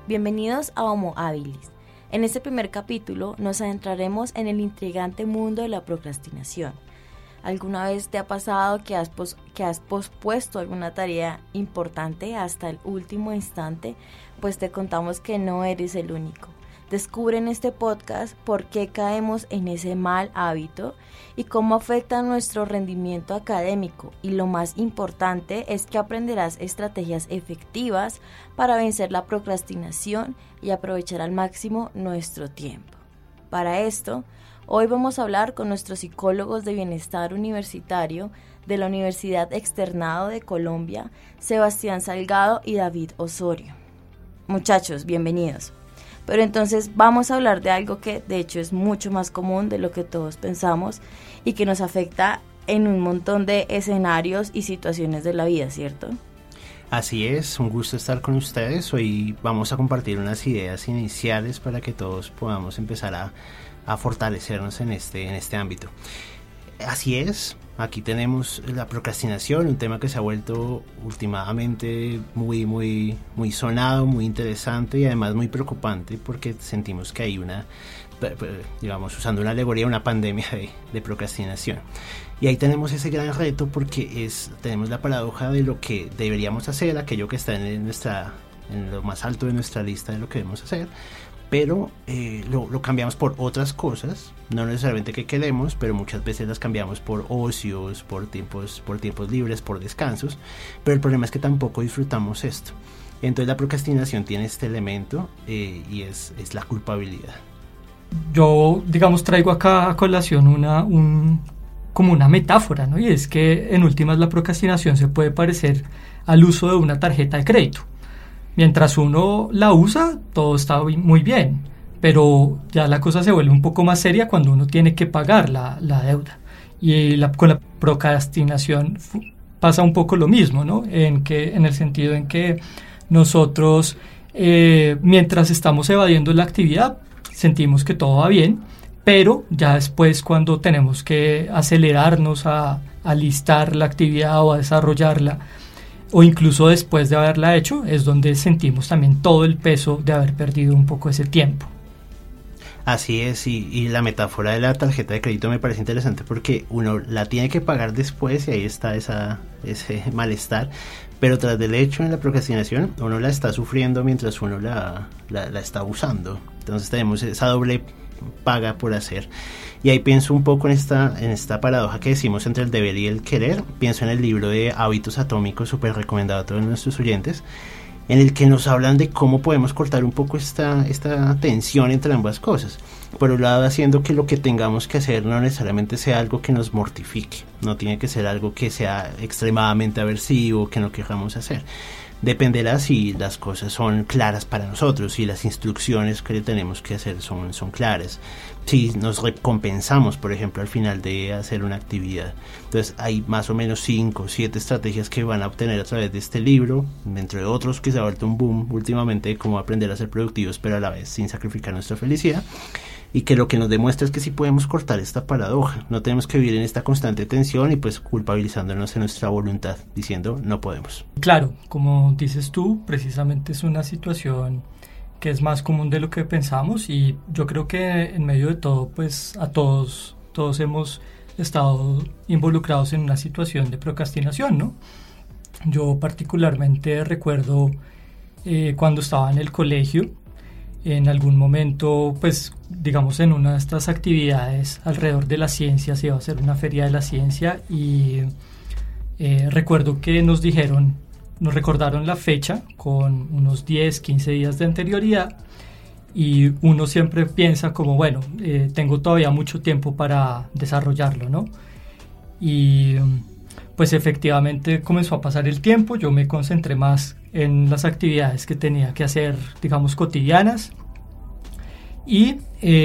Bienvenidos a Homo Habilis. En este primer capítulo nos adentraremos en el intrigante mundo de la procrastinación. ¿Alguna vez te ha pasado que has pospuesto alguna tarea importante hasta el último instante? Pues te contamos que no eres el único. Descubre en este podcast por qué caemos en ese mal hábito y cómo afecta nuestro rendimiento académico. Y lo más importante es que aprenderás estrategias efectivas para vencer la procrastinación y aprovechar al máximo nuestro tiempo. Para esto, hoy vamos a hablar con nuestros psicólogos de bienestar universitario de la Universidad Externado de Colombia, Sebastián Salgado y David Osorio. Muchachos, bienvenidos. Pero entonces vamos a hablar de algo que de hecho es mucho más común de lo que todos pensamos y que nos afecta en un montón de escenarios y situaciones de la vida, ¿cierto? Así es, un gusto estar con ustedes. Hoy vamos a compartir unas ideas iniciales para que todos podamos empezar a fortalecernos en este ámbito. Así es, aquí tenemos la procrastinación, un tema que se ha vuelto últimamente muy sonado, muy interesante y además muy preocupante porque sentimos que hay digamos, usando una alegoría, una pandemia de procrastinación. Y ahí tenemos ese gran reto porque tenemos la paradoja de lo que deberíamos hacer, aquello que está en lo más alto de nuestra lista de lo que debemos hacer, pero lo cambiamos por otras cosas, no necesariamente que queremos, pero muchas veces las cambiamos por ocios, por tiempos libres, por descansos, pero el problema es que tampoco disfrutamos esto. Entonces la procrastinación tiene este elemento y es la culpabilidad. Yo, digamos, traigo acá a colación como una metáfora, ¿no? Y es que en últimas la procrastinación se puede parecer al uso de una tarjeta de crédito. Mientras uno la usa, todo está muy bien, pero ya la cosa se vuelve un poco más seria cuando uno tiene que pagar la deuda. Y con la procrastinación pasa un poco lo mismo, ¿no? En el sentido en que nosotros, mientras estamos evadiendo la actividad, sentimos que todo va bien, pero ya después cuando tenemos que acelerarnos a listar la actividad o a desarrollarla, o incluso después de haberla hecho, es donde sentimos también todo el peso de haber perdido un poco ese tiempo. Así es, y la metáfora de la tarjeta de crédito me parece interesante porque uno la tiene que pagar después y ahí está ese malestar, pero tras del hecho en la procrastinación uno la está sufriendo mientras uno la está usando. Entonces tenemos esa doble paga por hacer. Y ahí pienso un poco en esta paradoja que decimos entre el deber y el querer. Pienso en el libro de Hábitos Atómicos, súper recomendado a todos nuestros oyentes, en el que nos hablan de cómo podemos cortar un poco esta tensión entre ambas cosas. Por un lado, haciendo que lo que tengamos que hacer no necesariamente sea algo que nos mortifique, no tiene que ser algo que sea extremadamente aversivo, que no queramos hacer. Dependerá si las cosas son claras para nosotros, si las instrucciones que tenemos que hacer son claras, si nos recompensamos, por ejemplo, al final de hacer una actividad. Entonces hay más o menos 5 o 7 estrategias que van a obtener a través de este libro, entre otros que se ha vuelto un boom últimamente de cómo aprender a ser productivos, pero a la vez sin sacrificar nuestra felicidad. Y que lo que nos demuestra es que sí podemos cortar esta paradoja, no tenemos que vivir en esta constante tensión y pues culpabilizándonos en nuestra voluntad, diciendo no podemos. Claro, como dices tú, precisamente es una situación que es más común de lo que pensamos y yo creo que en medio de todo, pues a todos hemos estado involucrados en una situación de procrastinación, ¿no? Yo particularmente recuerdo cuando estaba en el colegio, en algún momento, pues digamos en una de estas actividades alrededor de la ciencia, se iba a hacer una feria de la ciencia y recuerdo que nos recordaron la fecha con unos 10, 15 días de anterioridad y uno siempre piensa como, bueno, tengo todavía mucho tiempo para desarrollarlo, ¿no? Y pues efectivamente comenzó a pasar el tiempo, yo me concentré más en las actividades que tenía que hacer, digamos, cotidianas y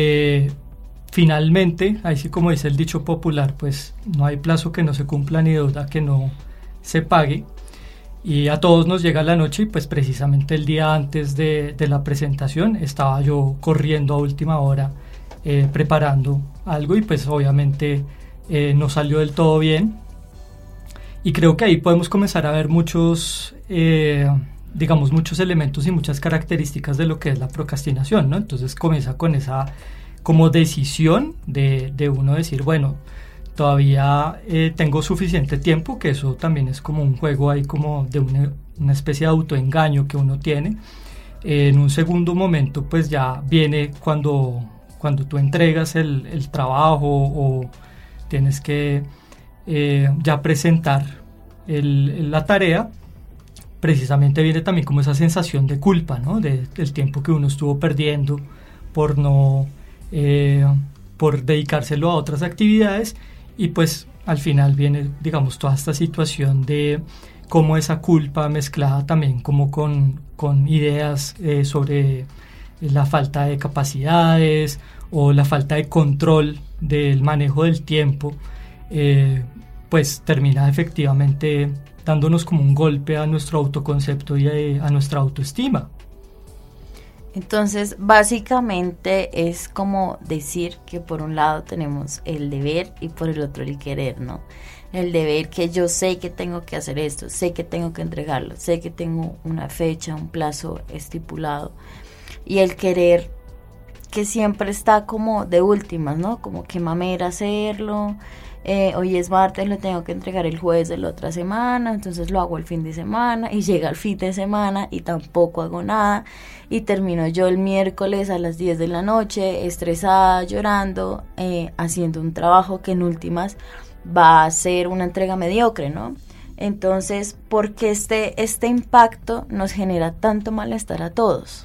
finalmente, ahí sí como dice el dicho popular, pues no hay plazo que no se cumpla ni deuda que no se pague y a todos nos llega la noche y pues precisamente el día antes de la presentación estaba yo corriendo a última hora preparando algo y pues obviamente no salió del todo bien. Y creo que ahí podemos comenzar a ver muchos, digamos, muchos elementos y muchas características de lo que es la procrastinación, ¿no? Entonces comienza con esa como decisión de uno decir, bueno, todavía tengo suficiente tiempo, que eso también es como un juego ahí como de una especie de autoengaño que uno tiene. En un segundo momento pues ya viene cuando tú entregas el trabajo o tienes que ya presentar la tarea, precisamente viene también como esa sensación de culpa, ¿no? Del tiempo que uno estuvo perdiendo por por dedicárselo a otras actividades, y pues al final viene, digamos, toda esta situación de cómo esa culpa mezclada también como con ideas sobre la falta de capacidades o la falta de control del manejo del tiempo, pues termina efectivamente dándonos como un golpe a nuestro autoconcepto y a nuestra autoestima. Entonces, básicamente es como decir que por un lado tenemos el deber y por el otro el querer, ¿no? El deber, que yo sé que tengo que hacer esto, sé que tengo que entregarlo, sé que tengo una fecha, un plazo estipulado. Y el querer, que siempre está como de últimas, ¿no? Como que mamera hacerlo. Hoy es martes, lo tengo que entregar el jueves de la otra semana, entonces lo hago el fin de semana y llega el fin de semana y tampoco hago nada y termino yo el miércoles a las 10 de la noche estresada, llorando, haciendo un trabajo que en últimas va a ser una entrega mediocre, ¿no? Entonces, ¿por qué este impacto nos genera tanto malestar a todos?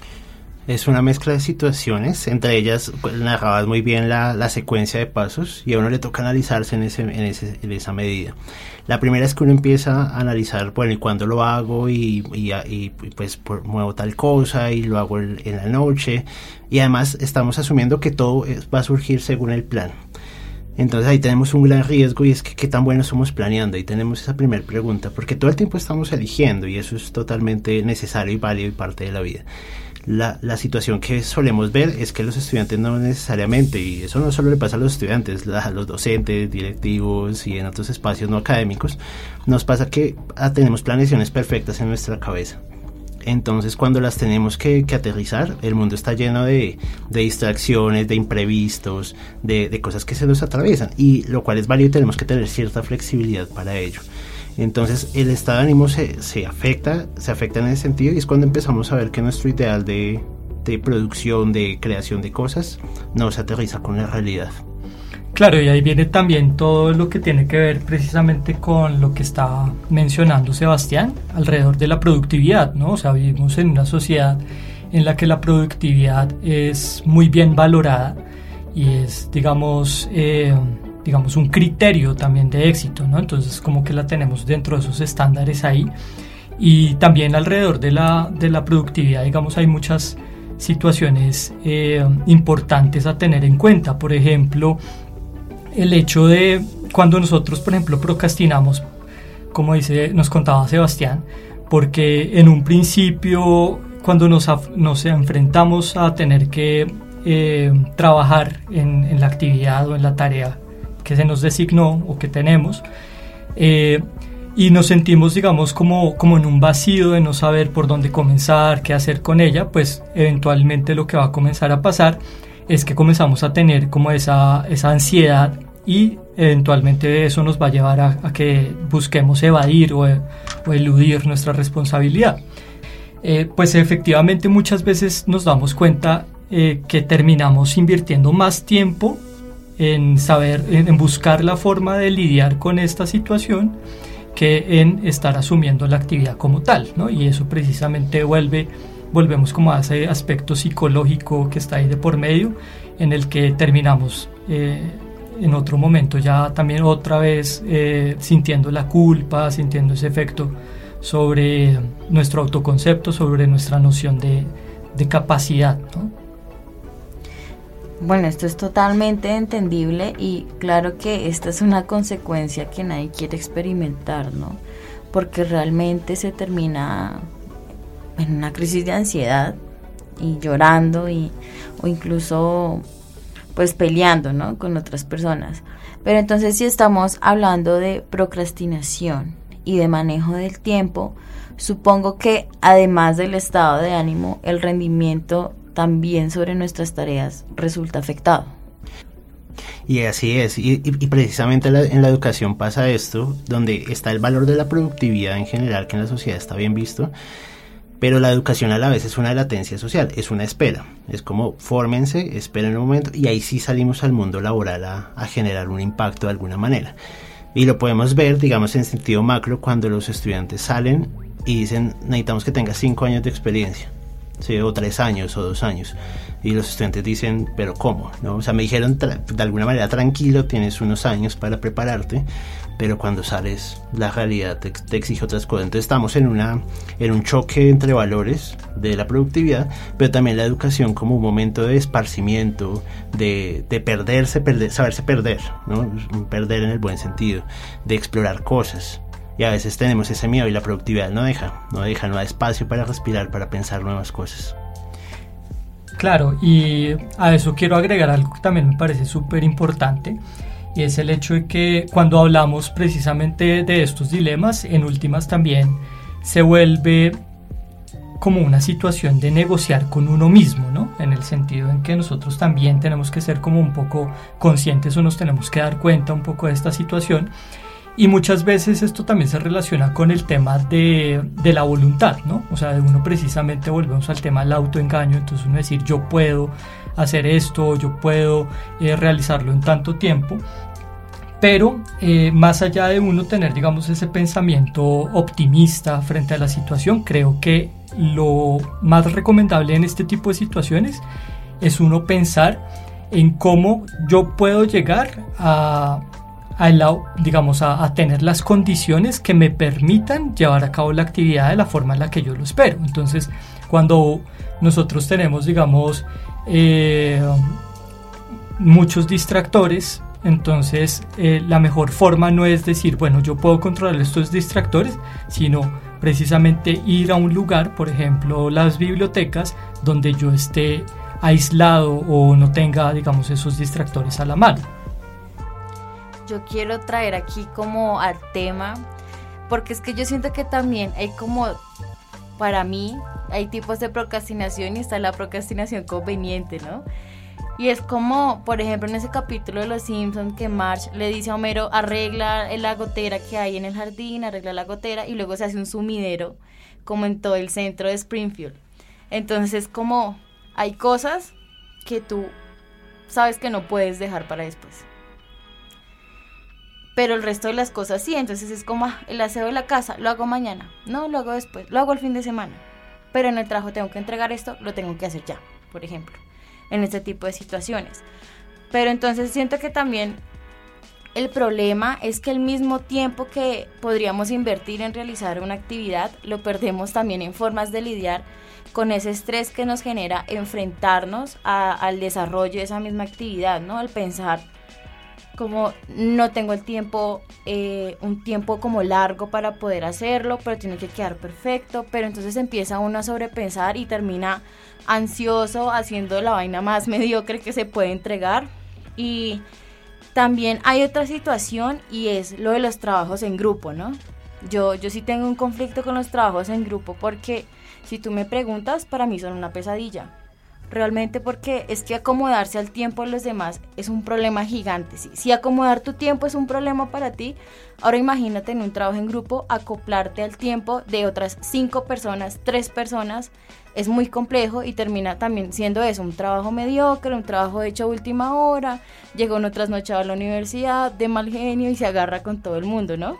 Es una mezcla de situaciones, entre ellas pues, narrabas muy bien la secuencia de pasos y a uno le toca analizarse en esa medida. La primera es que uno empieza a analizar, bueno, ¿y cuándo lo hago? Y pues muevo tal cosa y lo hago en la noche, y además estamos asumiendo que todo va a surgir según el plan. Entonces ahí tenemos un gran riesgo, y es que qué tan buenos somos planeando. Ahí tenemos esa primera pregunta, porque todo el tiempo estamos eligiendo y eso es totalmente necesario y válido y parte de la vida. La situación que solemos ver es que los estudiantes no necesariamente, y eso no solo le pasa a los estudiantes, a los docentes, directivos y en otros espacios no académicos, nos pasa que tenemos planeaciones perfectas en nuestra cabeza. Entonces cuando las tenemos que aterrizar, el mundo está lleno de distracciones, de imprevistos, de cosas que se nos atraviesan, y lo cual es válido y tenemos que tener cierta flexibilidad para ello. Entonces el estado de ánimo se afecta en ese sentido, y es cuando empezamos a ver que nuestro ideal de producción, de creación de cosas, no se aterriza con la realidad. Claro, y ahí viene también todo lo que tiene que ver precisamente con lo que está mencionando Sebastián alrededor de la productividad, ¿no? O sea, vivimos en una sociedad en la que la productividad es muy bien valorada y es, digamos, un criterio también de éxito, ¿no? Entonces como que la tenemos dentro de esos estándares ahí. Y también alrededor de la productividad, digamos, hay muchas situaciones importantes a tener en cuenta. Por ejemplo, el hecho de cuando nosotros, por ejemplo, procrastinamos, como nos contaba Sebastián, porque en un principio, cuando nos enfrentamos a tener que trabajar en la actividad o en la tarea que se nos designó o que tenemos, y nos sentimos, digamos, como en un vacío de no saber por dónde comenzar, qué hacer con ella, pues eventualmente lo que va a comenzar a pasar es que comenzamos a tener como esa ansiedad, y eventualmente eso nos va a llevar a que busquemos evadir o eludir nuestra responsabilidad. Pues efectivamente muchas veces nos damos cuenta que terminamos invirtiendo más tiempo en buscar la forma de lidiar con esta situación que en estar asumiendo la actividad como tal, ¿no? Y eso precisamente volvemos como a ese aspecto psicológico que está ahí de por medio, en el que terminamos en otro momento ya también otra vez sintiendo la culpa, sintiendo ese efecto sobre nuestro autoconcepto, sobre nuestra noción de capacidad, ¿no? Bueno, esto es totalmente entendible, y claro que esta es una consecuencia que nadie quiere experimentar, ¿no? Porque realmente se termina en una crisis de ansiedad y llorando o incluso pues peleando, ¿no? Con otras personas. Pero entonces, si estamos hablando de procrastinación y de manejo del tiempo, supongo que además del estado de ánimo, el rendimiento también sobre nuestras tareas resulta afectado. Y así es, y precisamente en la educación pasa esto, donde está el valor de la productividad en general, que en la sociedad está bien visto, pero la educación a la vez es una latencia social, es una espera, es como fórmense, esperen un momento, y ahí sí salimos al mundo laboral a generar un impacto de alguna manera. Y lo podemos ver, digamos, en sentido macro, cuando los estudiantes salen y dicen, necesitamos que tengas 5 años de experiencia, ¿sí? O 3 años o 2 años. Y los estudiantes dicen, ¿pero cómo? ¿No? O sea, me dijeron de alguna manera, tranquilo, tienes unos años para prepararte, pero cuando sales, la realidad te exige otras cosas. Entonces estamos en un choque entre valores de la productividad, pero también la educación como un momento de esparcimiento, de saberse perder, ¿no? Perder en el buen sentido, de explorar cosas. Y a veces tenemos ese miedo y la productividad no da espacio para respirar, para pensar nuevas cosas. Claro, y a eso quiero agregar algo que también me parece súper importante, y es el hecho de que cuando hablamos precisamente de estos dilemas, en últimas también se vuelve como una situación de negociar con uno mismo, ¿no? En el sentido en que nosotros también tenemos que ser como un poco conscientes o nos tenemos que dar cuenta un poco de esta situación. Y muchas veces esto también se relaciona con el tema de la voluntad, ¿no? O sea, de uno precisamente volvemos al tema del autoengaño, entonces uno decir yo puedo hacer esto, yo puedo realizarlo en tanto tiempo, pero más allá de uno tener, digamos, ese pensamiento optimista frente a la situación, creo que lo más recomendable en este tipo de situaciones es uno pensar en cómo yo puedo llegar a tener las condiciones que me permitan llevar a cabo la actividad de la forma en la que yo lo espero. Entonces, cuando nosotros tenemos, digamos, muchos distractores, entonces la mejor forma no es decir, bueno, yo puedo controlar estos distractores, sino precisamente ir a un lugar, por ejemplo, las bibliotecas, donde yo esté aislado o no tenga, digamos, esos distractores a la mano. Yo quiero traer aquí como al tema, porque es que yo siento que también hay como, para mí, hay tipos de procrastinación y está la procrastinación conveniente, ¿no? Y es como, por ejemplo, en ese capítulo de Los Simpsons que Marge le dice a Homero, arregla la gotera que hay en el jardín, arregla la gotera, y luego se hace un sumidero, como en todo el centro de Springfield. Entonces, como hay cosas que tú sabes que no puedes dejar para después. Pero el resto de las cosas sí, entonces es como el aseo de la casa, lo hago mañana, no, lo hago después, lo hago el fin de semana, pero en el trabajo tengo que entregar esto, lo tengo que hacer ya, por ejemplo, en este tipo de situaciones. Pero entonces siento que también el problema es que el mismo tiempo que podríamos invertir en realizar una actividad, lo perdemos también en formas de lidiar con ese estrés que nos genera enfrentarnos al desarrollo de esa misma actividad, ¿no? Al pensar como no tengo el tiempo, un tiempo como largo para poder hacerlo, pero tiene que quedar perfecto, pero entonces empieza uno a sobrepensar y termina ansioso haciendo la vaina más mediocre que se puede entregar. Y también hay otra situación y es lo de los trabajos en grupo, ¿no? Yo sí tengo un conflicto con los trabajos en grupo porque si tú me preguntas, para mí son una pesadilla. Realmente, porque es que acomodarse al tiempo de los demás es un problema gigante. Si acomodar tu tiempo es un problema para ti, ahora imagínate en un trabajo en grupo, acoplarte al tiempo de otras 5 personas, 3 personas, es muy complejo y termina también siendo eso, un trabajo mediocre, un trabajo hecho a última hora, llega uno trasnochado a la universidad, de mal genio y se agarra con todo el mundo, ¿no?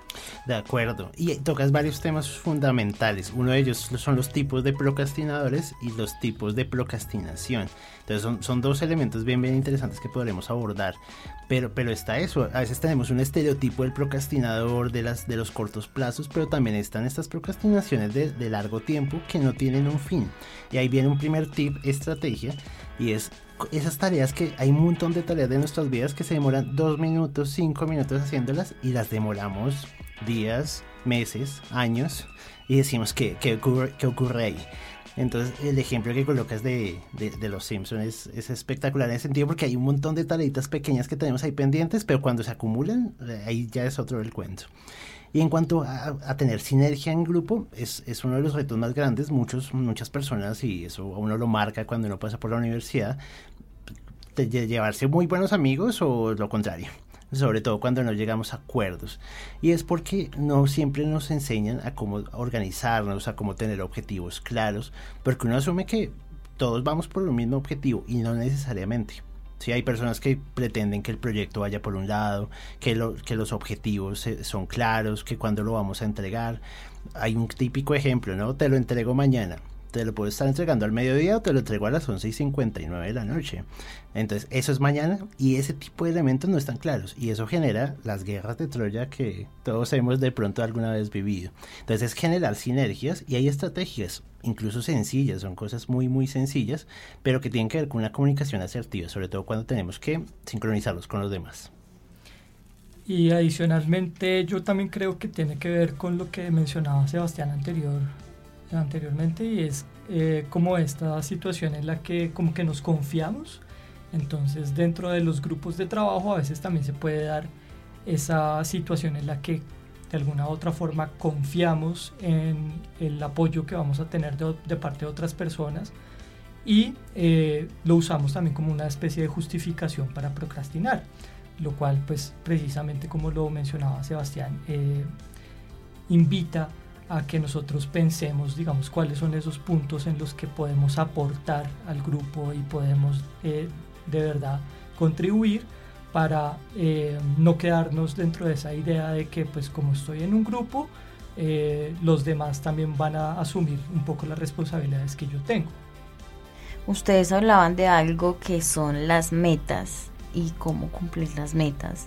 De acuerdo, y tocas varios temas fundamentales. Uno de ellos son los tipos de procrastinadores y los tipos de procrastinación. Entonces son dos elementos bien interesantes que podremos abordar. Pero está eso, a veces tenemos un estereotipo del procrastinador de los cortos plazos, pero también están estas procrastinaciones de largo tiempo que no tienen un fin. Y ahí viene un primer tip, estrategia, y es esas tareas que hay un montón de tareas de nuestras vidas que se demoran 2 minutos, 5 minutos haciéndolas y las demoramos días, meses, años y decimos ¿qué ocurre ahí? Entonces el ejemplo que colocas de Los Simpsons es espectacular en ese sentido porque hay un montón de tareitas pequeñas que tenemos ahí pendientes, pero cuando se acumulan ahí ya es otro el cuento. Y en cuanto a tener sinergia en grupo, es uno de los retos más grandes. Muchas personas, y eso a uno lo marca cuando uno pasa por la universidad, de llevarse muy buenos amigos o lo contrario, sobre todo cuando no llegamos a acuerdos. Y es porque no siempre nos enseñan a cómo organizarnos, a cómo tener objetivos claros, porque uno asume que todos vamos por el mismo objetivo y no necesariamente. Sí, hay personas que pretenden que el proyecto vaya por un lado, que los objetivos son claros, que cuando lo vamos a entregar. Hay un típico ejemplo, ¿no? Te lo entrego mañana. Te lo puedo estar entregando al mediodía o te lo entrego a las 11:59 de la noche. Entonces, eso es mañana y ese tipo de elementos no están claros. Y eso genera las guerras de Troya que todos hemos de pronto alguna vez vivido. Entonces, es generar sinergias y hay estrategias, incluso sencillas, son cosas muy, muy sencillas, pero que tienen que ver con una comunicación asertiva, sobre todo cuando tenemos que sincronizarlos con los demás. Y adicionalmente, yo también creo que tiene que ver con lo que mencionaba Sebastián anteriormente, y es como esta situación en la que como que nos confiamos. Entonces dentro de los grupos de trabajo a veces también se puede dar esa situación en la que de alguna u otra forma confiamos en el apoyo que vamos a tener de parte de otras personas y lo usamos también como una especie de justificación para procrastinar, lo cual pues precisamente como lo mencionaba Sebastián invita a que nosotros pensemos, digamos, cuáles son esos puntos en los que podemos aportar al grupo y podemos de verdad contribuir para no quedarnos dentro de esa idea de que pues como estoy en un grupo, los demás también van a asumir un poco las responsabilidades que yo tengo. Ustedes hablaban de algo que son las metas y cómo cumplir las metas.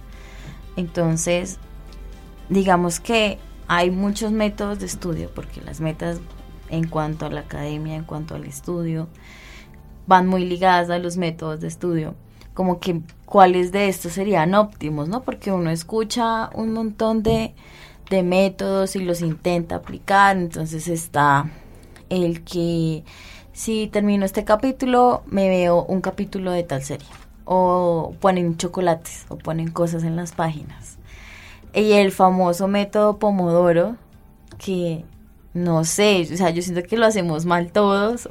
Entonces, digamos que hay muchos métodos de estudio, porque las metas en cuanto a la academia, en cuanto al estudio, van muy ligadas a los métodos de estudio. Como que cuáles de estos serían óptimos, ¿no? Porque uno escucha un montón de métodos y los intenta aplicar. Entonces está el que si termino este capítulo, me veo un capítulo de tal serie. O ponen chocolates, o ponen cosas en las páginas. Y el famoso método Pomodoro, que no sé, o sea, yo siento que lo hacemos mal todos,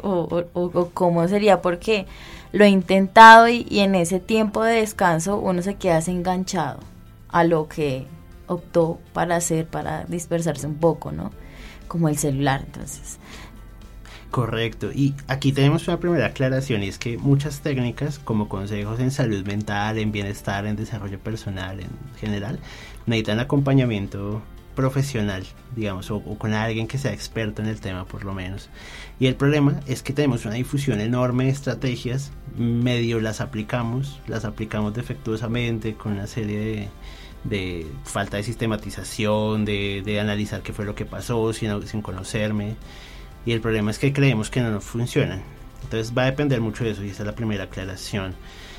o cómo sería, porque lo he intentado y en ese tiempo de descanso uno se queda enganchado a lo que optó para hacer, para dispersarse un poco, ¿no? Como el celular, entonces. Correcto, y aquí tenemos una primera aclaración, y es que muchas técnicas como consejos en salud mental, en bienestar, en desarrollo personal en general, necesitan acompañamiento profesional, digamos, o con alguien que sea experto en el tema por lo menos. Y el problema es que tenemos una difusión enorme de estrategias, medio las aplicamos defectuosamente con una serie de falta de sistematización, de analizar qué fue lo que pasó sin conocerme. Y el problema es que creemos que no nos funcionan. Entonces va a depender mucho de eso, y esa es la primera aclaración.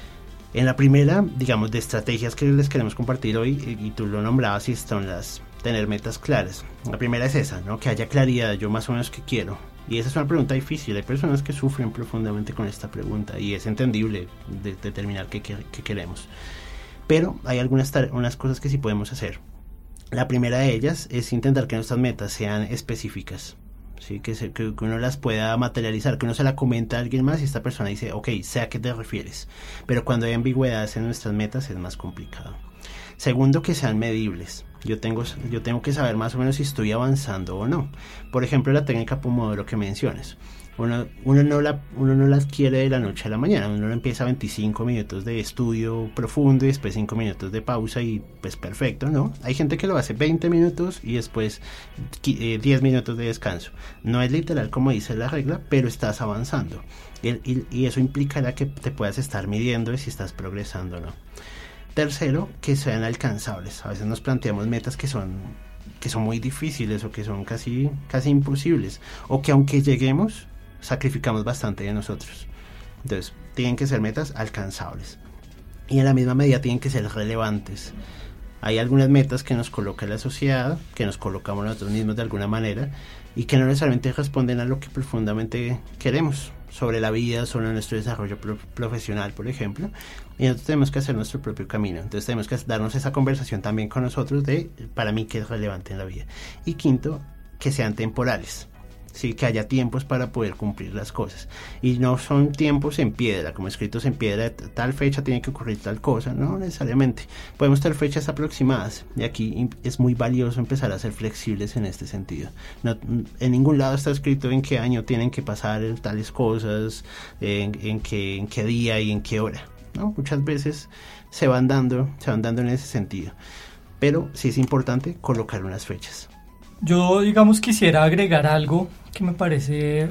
En la primera, digamos, de estrategias que les queremos compartir hoy, y tú lo nombrabas, y son las tener metas claras. La primera es esa, ¿no? Que haya claridad, yo más o menos qué quiero. Y esa es una pregunta difícil. Hay personas que sufren profundamente con esta pregunta, y es entendible determinar qué queremos. Pero hay unas cosas que sí podemos hacer. La primera de ellas es intentar que nuestras metas sean específicas. Sí, que uno las pueda materializar, que uno se la comenta a alguien más y esta persona dice, ok, sé a qué te refieres, pero cuando hay ambigüedades en nuestras metas es más complicado. Segundo, que sean medibles. Yo tengo que saber más o menos si estoy avanzando o no. Por ejemplo, la técnica Pomodoro que mencionas. Uno no la adquiere de la noche a la mañana. Uno empieza 25 minutos de estudio profundo y después 5 minutos de pausa y pues perfecto, ¿no? Hay gente que lo hace 20 minutos y después 10 minutos de descanso. No es literal como dice la regla, pero estás avanzando. Y eso implicará que te puedas estar midiendo de si estás progresando o no. Tercero, que sean alcanzables. A veces nos planteamos metas que son muy difíciles o que son casi imposibles, o que aunque lleguemos sacrificamos bastante de nosotros. Entonces tienen que ser metas alcanzables y en la misma medida tienen que ser relevantes. Hay algunas metas que nos coloca la sociedad, que nos colocamos nosotros mismos de alguna manera, y que no necesariamente responden a lo que profundamente queremos sobre la vida, sobre nuestro desarrollo profesional, por ejemplo, y nosotros tenemos que hacer nuestro propio camino. Entonces tenemos que darnos esa conversación también con nosotros de, para mí, qué es relevante en la vida. Y quinto, que sean temporales. Sí, que haya tiempos para poder cumplir las cosas, y no son tiempos en piedra, como escritos en piedra, tal fecha tiene que ocurrir tal cosa, no necesariamente, podemos tener fechas aproximadas, y aquí es muy valioso empezar a ser flexibles en este sentido. No, en ningún lado está escrito en qué año tienen que pasar tales cosas, en qué día y en qué hora, ¿no? Muchas veces se van dando en ese sentido, pero sí es importante colocar unas fechas. Yo, digamos, quisiera agregar algo que me parece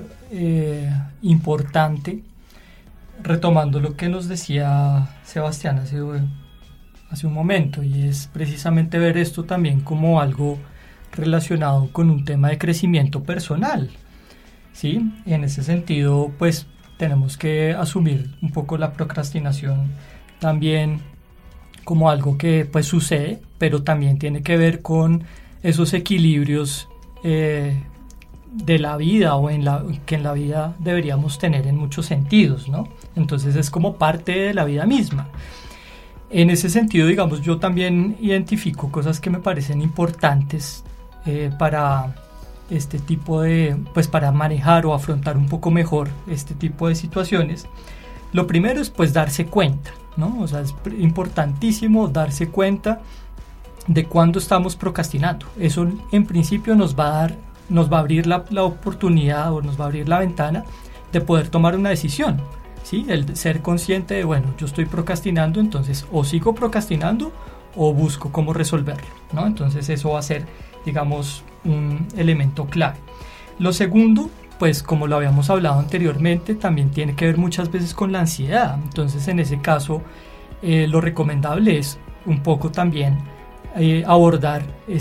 importante, retomando lo que nos decía Sebastián hace un momento, y es precisamente ver esto también como algo relacionado con un tema de crecimiento personal, ¿sí? Y en ese sentido, pues, tenemos que asumir un poco la procrastinación también como algo que, pues, sucede, pero también tiene que ver con esos equilibrios de la vida, o que en la vida deberíamos tener en muchos sentidos, ¿no? Entonces es como parte de la vida misma. En ese sentido, digamos, yo también identifico cosas que me parecen importantes para este tipo de, pues, para manejar o afrontar un poco mejor este tipo de situaciones. Lo primero es, pues, darse cuenta, ¿no? O sea, es importantísimo darse cuenta de cuándo estamos procrastinando. Eso en principio nos va a abrir la oportunidad, o nos va a abrir la ventana de poder tomar una decisión, ¿sí? El ser consciente de, bueno, yo estoy procrastinando, entonces o sigo procrastinando o busco cómo resolverlo, ¿no? Entonces eso va a ser, digamos, un elemento clave. Lo segundo, pues como lo habíamos hablado anteriormente, también tiene que ver muchas veces con la ansiedad. Entonces en ese caso lo recomendable es un poco también abordar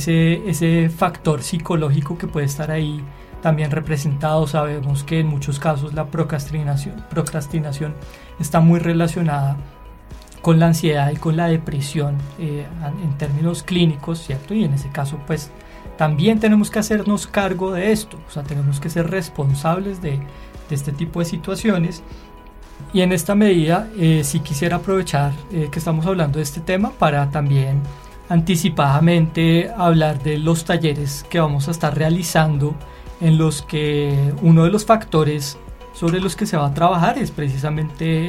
ese factor psicológico que puede estar ahí también representado. Sabemos que en muchos casos la procrastinación está muy relacionada con la ansiedad y con la depresión en términos clínicos, ¿cierto? Y en ese caso, pues, también tenemos que hacernos cargo de esto, o sea, tenemos que ser responsables de este tipo de situaciones. Y en esta medida, sí quisiera aprovechar que estamos hablando de este tema para también anticipadamente hablar de los talleres que vamos a estar realizando, en los que uno de los factores sobre los que se va a trabajar es precisamente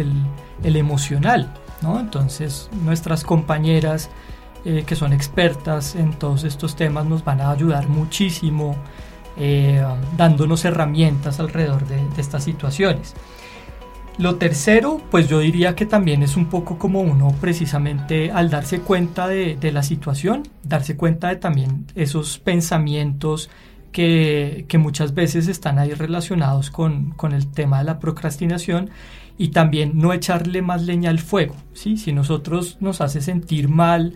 el emocional, ¿no? Entonces nuestras compañeras que son expertas en todos estos temas nos van a ayudar muchísimo, dándonos herramientas alrededor de estas situaciones. Lo tercero, pues yo diría que también es un poco como uno, precisamente al darse cuenta de la situación, darse cuenta de también esos pensamientos que muchas veces están ahí relacionados con el tema de la procrastinación, y también no echarle más leña al fuego, ¿sí? Si nosotros nos hace sentir mal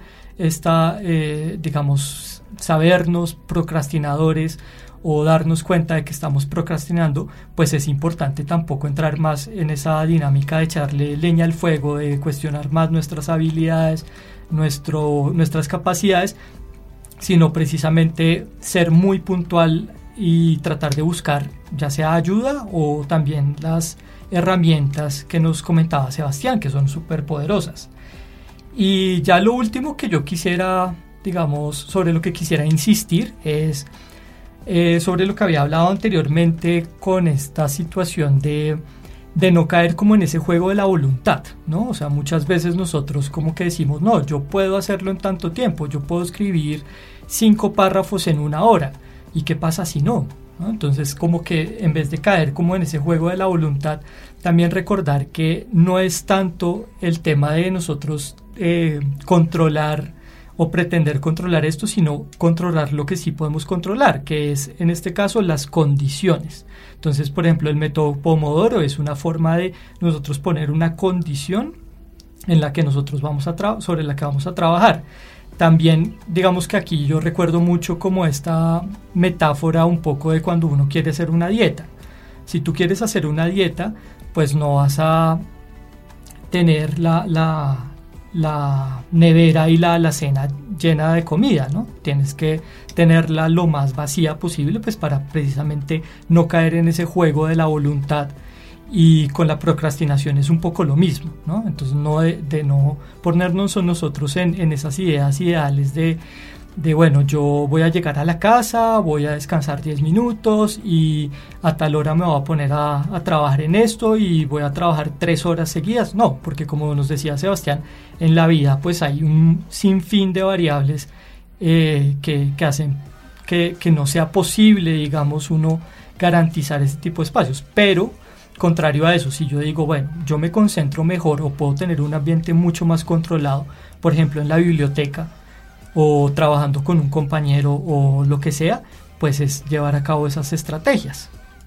digamos, sabernos procrastinadores o darnos cuenta de que estamos procrastinando, pues es importante tampoco entrar más en esa dinámica de echarle leña al fuego, de cuestionar más nuestras habilidades, nuestras capacidades, sino precisamente ser muy puntual y tratar de buscar ya sea ayuda o también las herramientas que nos comentaba Sebastián, que son súper poderosas. Y ya lo último que yo quisiera, digamos, sobre lo que quisiera insistir es sobre lo que había hablado anteriormente con esta situación de no caer como en ese juego de la voluntad, ¿no? O sea, muchas veces nosotros como que decimos, no, yo puedo hacerlo en tanto tiempo, yo puedo escribir 5 párrafos en 1 hora, ¿y qué pasa si no? ¿No? Entonces, como que en vez de caer como en ese juego de la voluntad, también recordar que no es tanto el tema de nosotros controlar o pretender controlar esto, sino controlar lo que sí podemos controlar, que es en este caso las condiciones. Entonces, por ejemplo, el método Pomodoro es una forma de nosotros poner una condición en la que nosotros sobre la que vamos a trabajar. También, digamos que aquí yo recuerdo mucho como esta metáfora un poco de cuando uno quiere hacer una dieta. Si tú quieres hacer una dieta, pues no vas a tener la nevera y la alacena llena de comida, ¿no? Tienes que tenerla lo más vacía posible, pues para precisamente no caer en ese juego de la voluntad. Y con la procrastinación es un poco lo mismo, ¿no? Entonces no de no ponernos nosotros en esas ideas ideales de bueno, yo voy a llegar a la casa, voy a descansar 10 minutos y a tal hora me voy a poner a trabajar en esto y voy a trabajar 3 horas seguidas. No, porque como nos decía Sebastián, en la vida pues hay un sinfín de variables que hacen que no sea posible, digamos, uno garantizar ese tipo de espacios. Pero, contrario a eso, si yo digo, bueno, yo me concentro mejor o puedo tener un ambiente mucho más controlado, por ejemplo, en la biblioteca, o trabajando con un compañero o lo que sea, pues es llevar a cabo esas estrategias.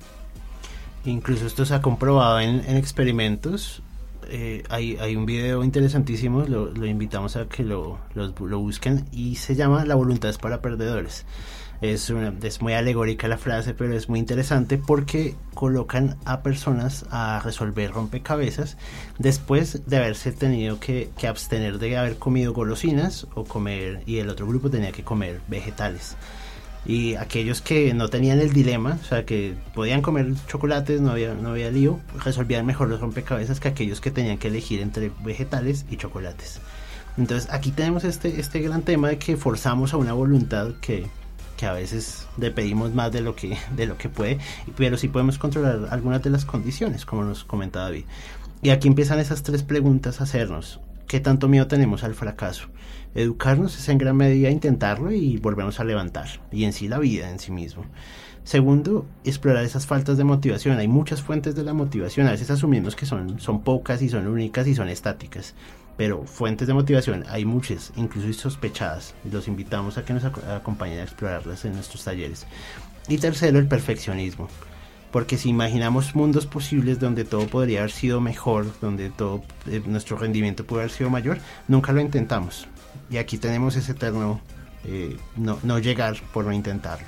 Incluso esto se ha comprobado en experimentos. Hay un video interesantísimo, lo invitamos a que lo busquen, y se llama La voluntad es para perdedores. Es muy alegórica la frase, pero es muy interesante porque colocan a personas a resolver rompecabezas después de haberse tenido que abstener de haber comido golosinas y el otro grupo tenía que comer vegetales. Y aquellos que no tenían el dilema, o sea, que podían comer chocolates, no había lío, resolvían mejor los rompecabezas que aquellos que tenían que elegir entre vegetales y chocolates. Entonces aquí tenemos este gran tema de que forzamos a una voluntad que a veces le pedimos más de lo que puede, pero sí podemos controlar algunas de las condiciones, como nos comenta David. Y aquí empiezan esas 3 preguntas a hacernos. ¿Qué tanto miedo tenemos al fracaso? Educarnos es en gran medida intentarlo y volvernos a levantar, y en sí la vida en sí mismo. Segundo, explorar esas faltas de motivación. Hay muchas fuentes de la motivación, a veces asumimos que son pocas y son únicas y son estáticas, pero fuentes de motivación hay muchas, incluso sospechadas, y los invitamos a que nos acompañen a explorarlas en nuestros talleres. Y tercero, el perfeccionismo, porque si imaginamos mundos posibles donde todo podría haber sido mejor, donde todo nuestro rendimiento puede haber sido mayor, nunca lo intentamos, y aquí tenemos ese eterno no llegar por no intentarlo.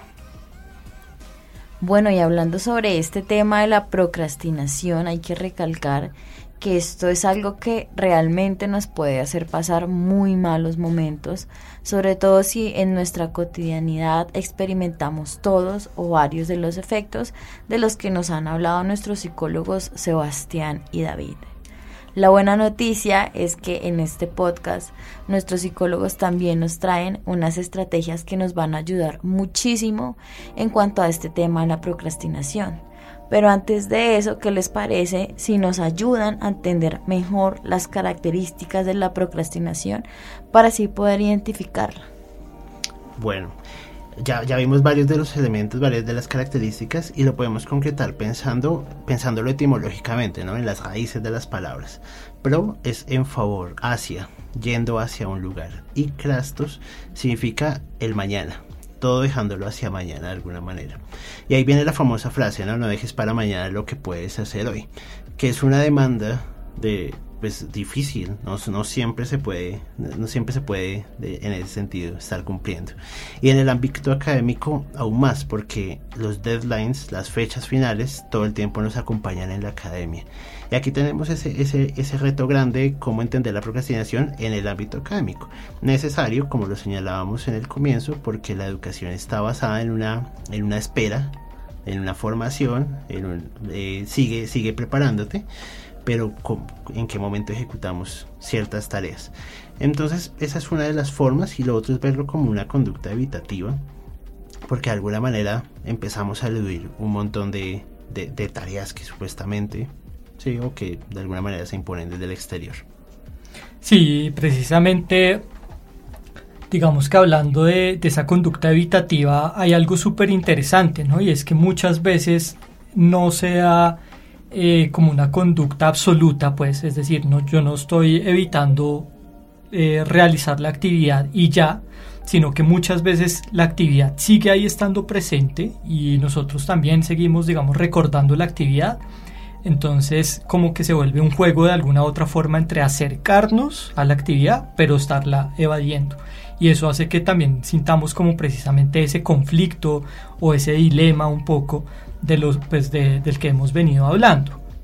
Bueno, y hablando sobre este tema de la procrastinación, hay que recalcar que esto es algo que realmente nos puede hacer pasar muy malos momentos, sobre todo si en nuestra cotidianidad experimentamos todos o varios de los efectos de los que nos han hablado nuestros psicólogos Sebastián y David. La buena noticia es que en este podcast nuestros psicólogos también nos traen unas estrategias que nos van a ayudar muchísimo en cuanto a este tema de la procrastinación. Pero antes de eso, ¿qué les parece si nos ayudan a entender mejor las características de la procrastinación para así poder identificarla? Bueno, ya vimos varios de los elementos, varias de las características, y lo podemos concretar pensándolo etimológicamente, ¿no? En las raíces de las palabras. Pro es en favor, hacia, yendo hacia un lugar, y krastos significa el mañana, todo dejándolo hacia mañana de alguna manera. Y ahí viene la famosa frase, no dejes para mañana lo que puedes hacer hoy, que es una demanda difícil, no siempre se puede en ese sentido estar cumpliendo. Y en el ámbito académico aún más, porque los deadlines, las fechas finales, todo el tiempo nos acompañan en la academia. Y aquí tenemos ese reto grande, cómo entender la procrastinación en el ámbito académico. Necesario, como lo señalábamos en el comienzo, porque la educación está basada en una espera, en una formación, sigue preparándote, pero en qué momento ejecutamos ciertas tareas. Entonces esa es una de las formas, y lo otro es verlo como una conducta evitativa, porque de alguna manera empezamos a eludir un montón de tareas que supuestamente sí, o que de alguna manera se imponen desde el exterior. Sí, precisamente, digamos que hablando de esa conducta evitativa, hay algo súper interesante, ¿no? Y es que muchas veces no se da como una conducta absoluta, pues, es decir, yo no estoy evitando realizar la actividad y ya, sino que muchas veces la actividad sigue ahí estando presente y nosotros también seguimos, digamos, recordando la actividad. Entonces como que se vuelve un juego de alguna otra forma entre acercarnos a la actividad pero estarla evadiendo, y eso hace que también sintamos como precisamente ese conflicto o ese dilema un poco del que hemos venido hablando.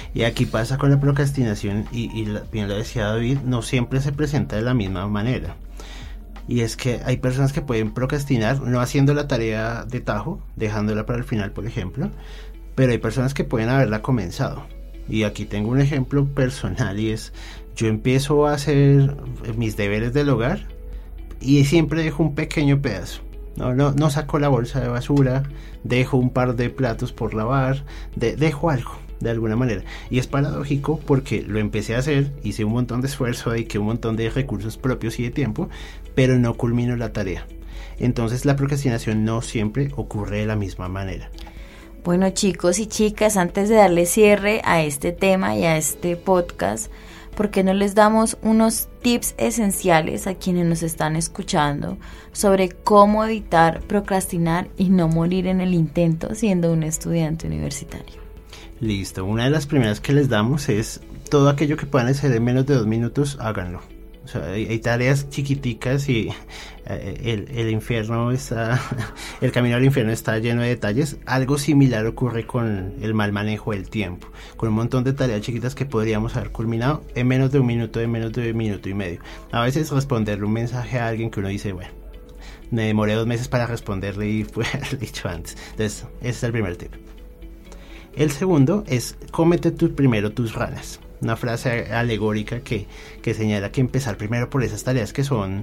Y aquí pasa con la procrastinación, bien lo decía David, no siempre se presenta de la misma manera. Y es que hay personas que pueden procrastinar no haciendo la tarea de tajo, dejándola para el final, por ejemplo, pero hay personas que pueden haberla comenzado. Y aquí tengo un ejemplo personal, y es, yo empiezo a hacer mis deberes del hogar y siempre dejo un pequeño pedazo. No saco la bolsa de basura, dejo un par de platos por lavar, dejo algo de alguna manera. Y es paradójico porque lo empecé a hacer, hice un montón de esfuerzo, dediqué un montón de recursos propios y de tiempo, pero no culmino la tarea. Entonces la procrastinación no siempre ocurre de la misma manera. Bueno, chicos y chicas, antes de darle cierre a este tema y a este podcast, ¿por qué no les damos unos tips esenciales a quienes nos están escuchando sobre cómo evitar procrastinar y no morir en el intento siendo un estudiante universitario? Listo, una de las primeras que les damos es todo aquello que puedan hacer en menos de 2 minutos, háganlo. O sea, hay tareas chiquiticas y el infierno está, el camino al infierno está lleno de detalles. Algo similar ocurre con el mal manejo del tiempo, con un montón de tareas chiquitas que podríamos haber culminado en menos de 1 minuto, en menos de 1 minuto y medio. A veces responderle un mensaje a alguien que uno dice, bueno, me demoré 2 meses para responderle y pude haber dicho antes. Entonces, ese es el primer tip. El segundo es, cómete primero tus ranas. Una frase alegórica que señala que empezar primero por esas tareas que son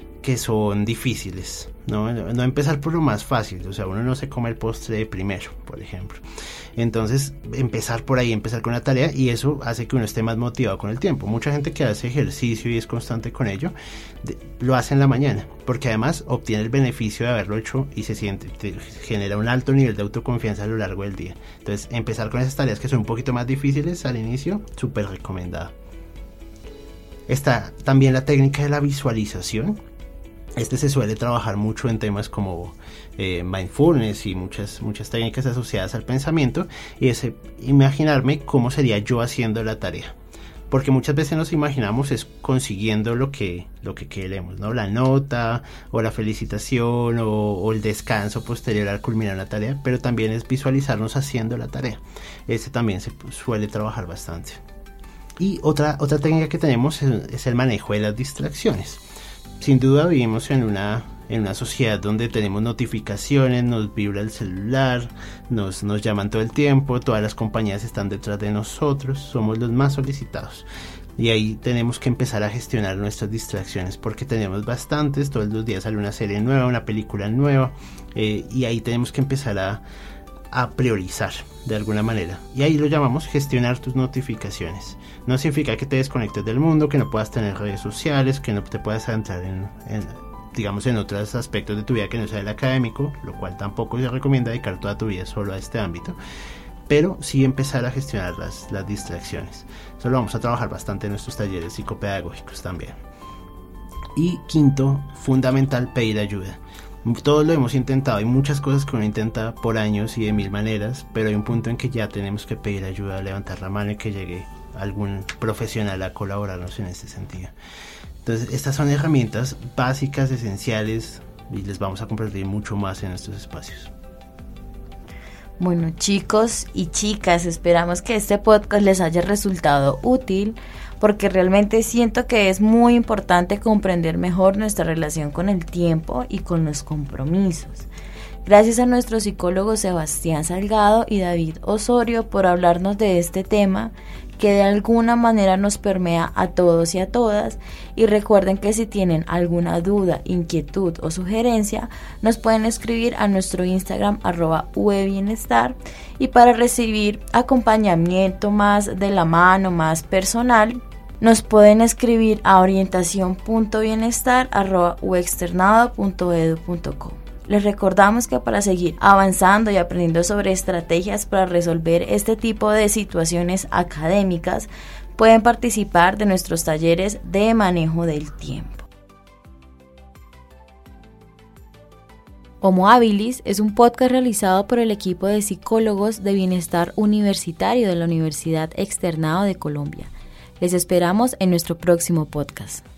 difíciles, no empezar por lo más fácil. O sea, uno no se come el postre primero, por ejemplo. Entonces, empezar por ahí, empezar con la tarea, y eso hace que uno esté más motivado con el tiempo. Mucha gente que hace ejercicio y es constante con ello, lo hace en la mañana, porque además obtiene el beneficio de haberlo hecho y genera un alto nivel de autoconfianza a lo largo del día. Entonces, empezar con esas tareas que son un poquito más difíciles al inicio, súper recomendado. Está también la técnica de la visualización. Se suele trabajar mucho en temas como mindfulness y muchas técnicas asociadas al pensamiento, y es imaginarme cómo sería yo haciendo la tarea, porque muchas veces nos imaginamos es consiguiendo lo que queremos, ¿no? La nota o la felicitación o el descanso posterior al culminar la tarea, pero también es visualizarnos haciendo la tarea. También se suele trabajar bastante. Y otra técnica que tenemos es el manejo de las distracciones. Sin duda vivimos en una sociedad donde tenemos notificaciones, nos vibra el celular, nos llaman todo el tiempo, todas las compañías están detrás de nosotros, somos los más solicitados. Y ahí tenemos que empezar a gestionar nuestras distracciones, porque tenemos bastantes, todos los días sale una serie nueva, una película nueva, y ahí tenemos que empezar a priorizar de alguna manera, y ahí lo llamamos gestionar tus notificaciones. No significa que te desconectes del mundo, que no puedas tener redes sociales, que no te puedas entrar en otros aspectos de tu vida que no sea el académico, lo cual tampoco se recomienda dedicar toda tu vida solo a este ámbito, pero sí empezar a gestionar las distracciones. Eso lo vamos a trabajar bastante en nuestros talleres psicopedagógicos también. Y quinto, fundamental, pedir ayuda. Todos lo hemos intentado, hay muchas cosas que uno intenta por años y de 1000 maneras, pero hay un punto en que ya tenemos que pedir ayuda, levantar la mano y que llegue algún profesional a colaborarnos en este sentido. Entonces, estas son herramientas básicas, esenciales, y les vamos a compartir mucho más en estos espacios. Bueno, chicos y chicas, esperamos que este podcast les haya resultado útil, porque realmente siento que es muy importante comprender mejor nuestra relación con el tiempo y con los compromisos. Gracias a nuestros psicólogos Sebastián Salgado y David Osorio por hablarnos de este tema que de alguna manera nos permea a todos y a todas. Y recuerden que si tienen alguna duda, inquietud o sugerencia, nos pueden escribir a nuestro Instagram @vbienestar, y para recibir acompañamiento más de la mano, más personal, nos pueden escribir a orientacion.bienestar@uexternado.edu.co. Les recordamos que para seguir avanzando y aprendiendo sobre estrategias para resolver este tipo de situaciones académicas, pueden participar de nuestros talleres de manejo del tiempo. Homo Habilis es un podcast realizado por el equipo de psicólogos de bienestar universitario de la Universidad Externado de Colombia. Les esperamos en nuestro próximo podcast.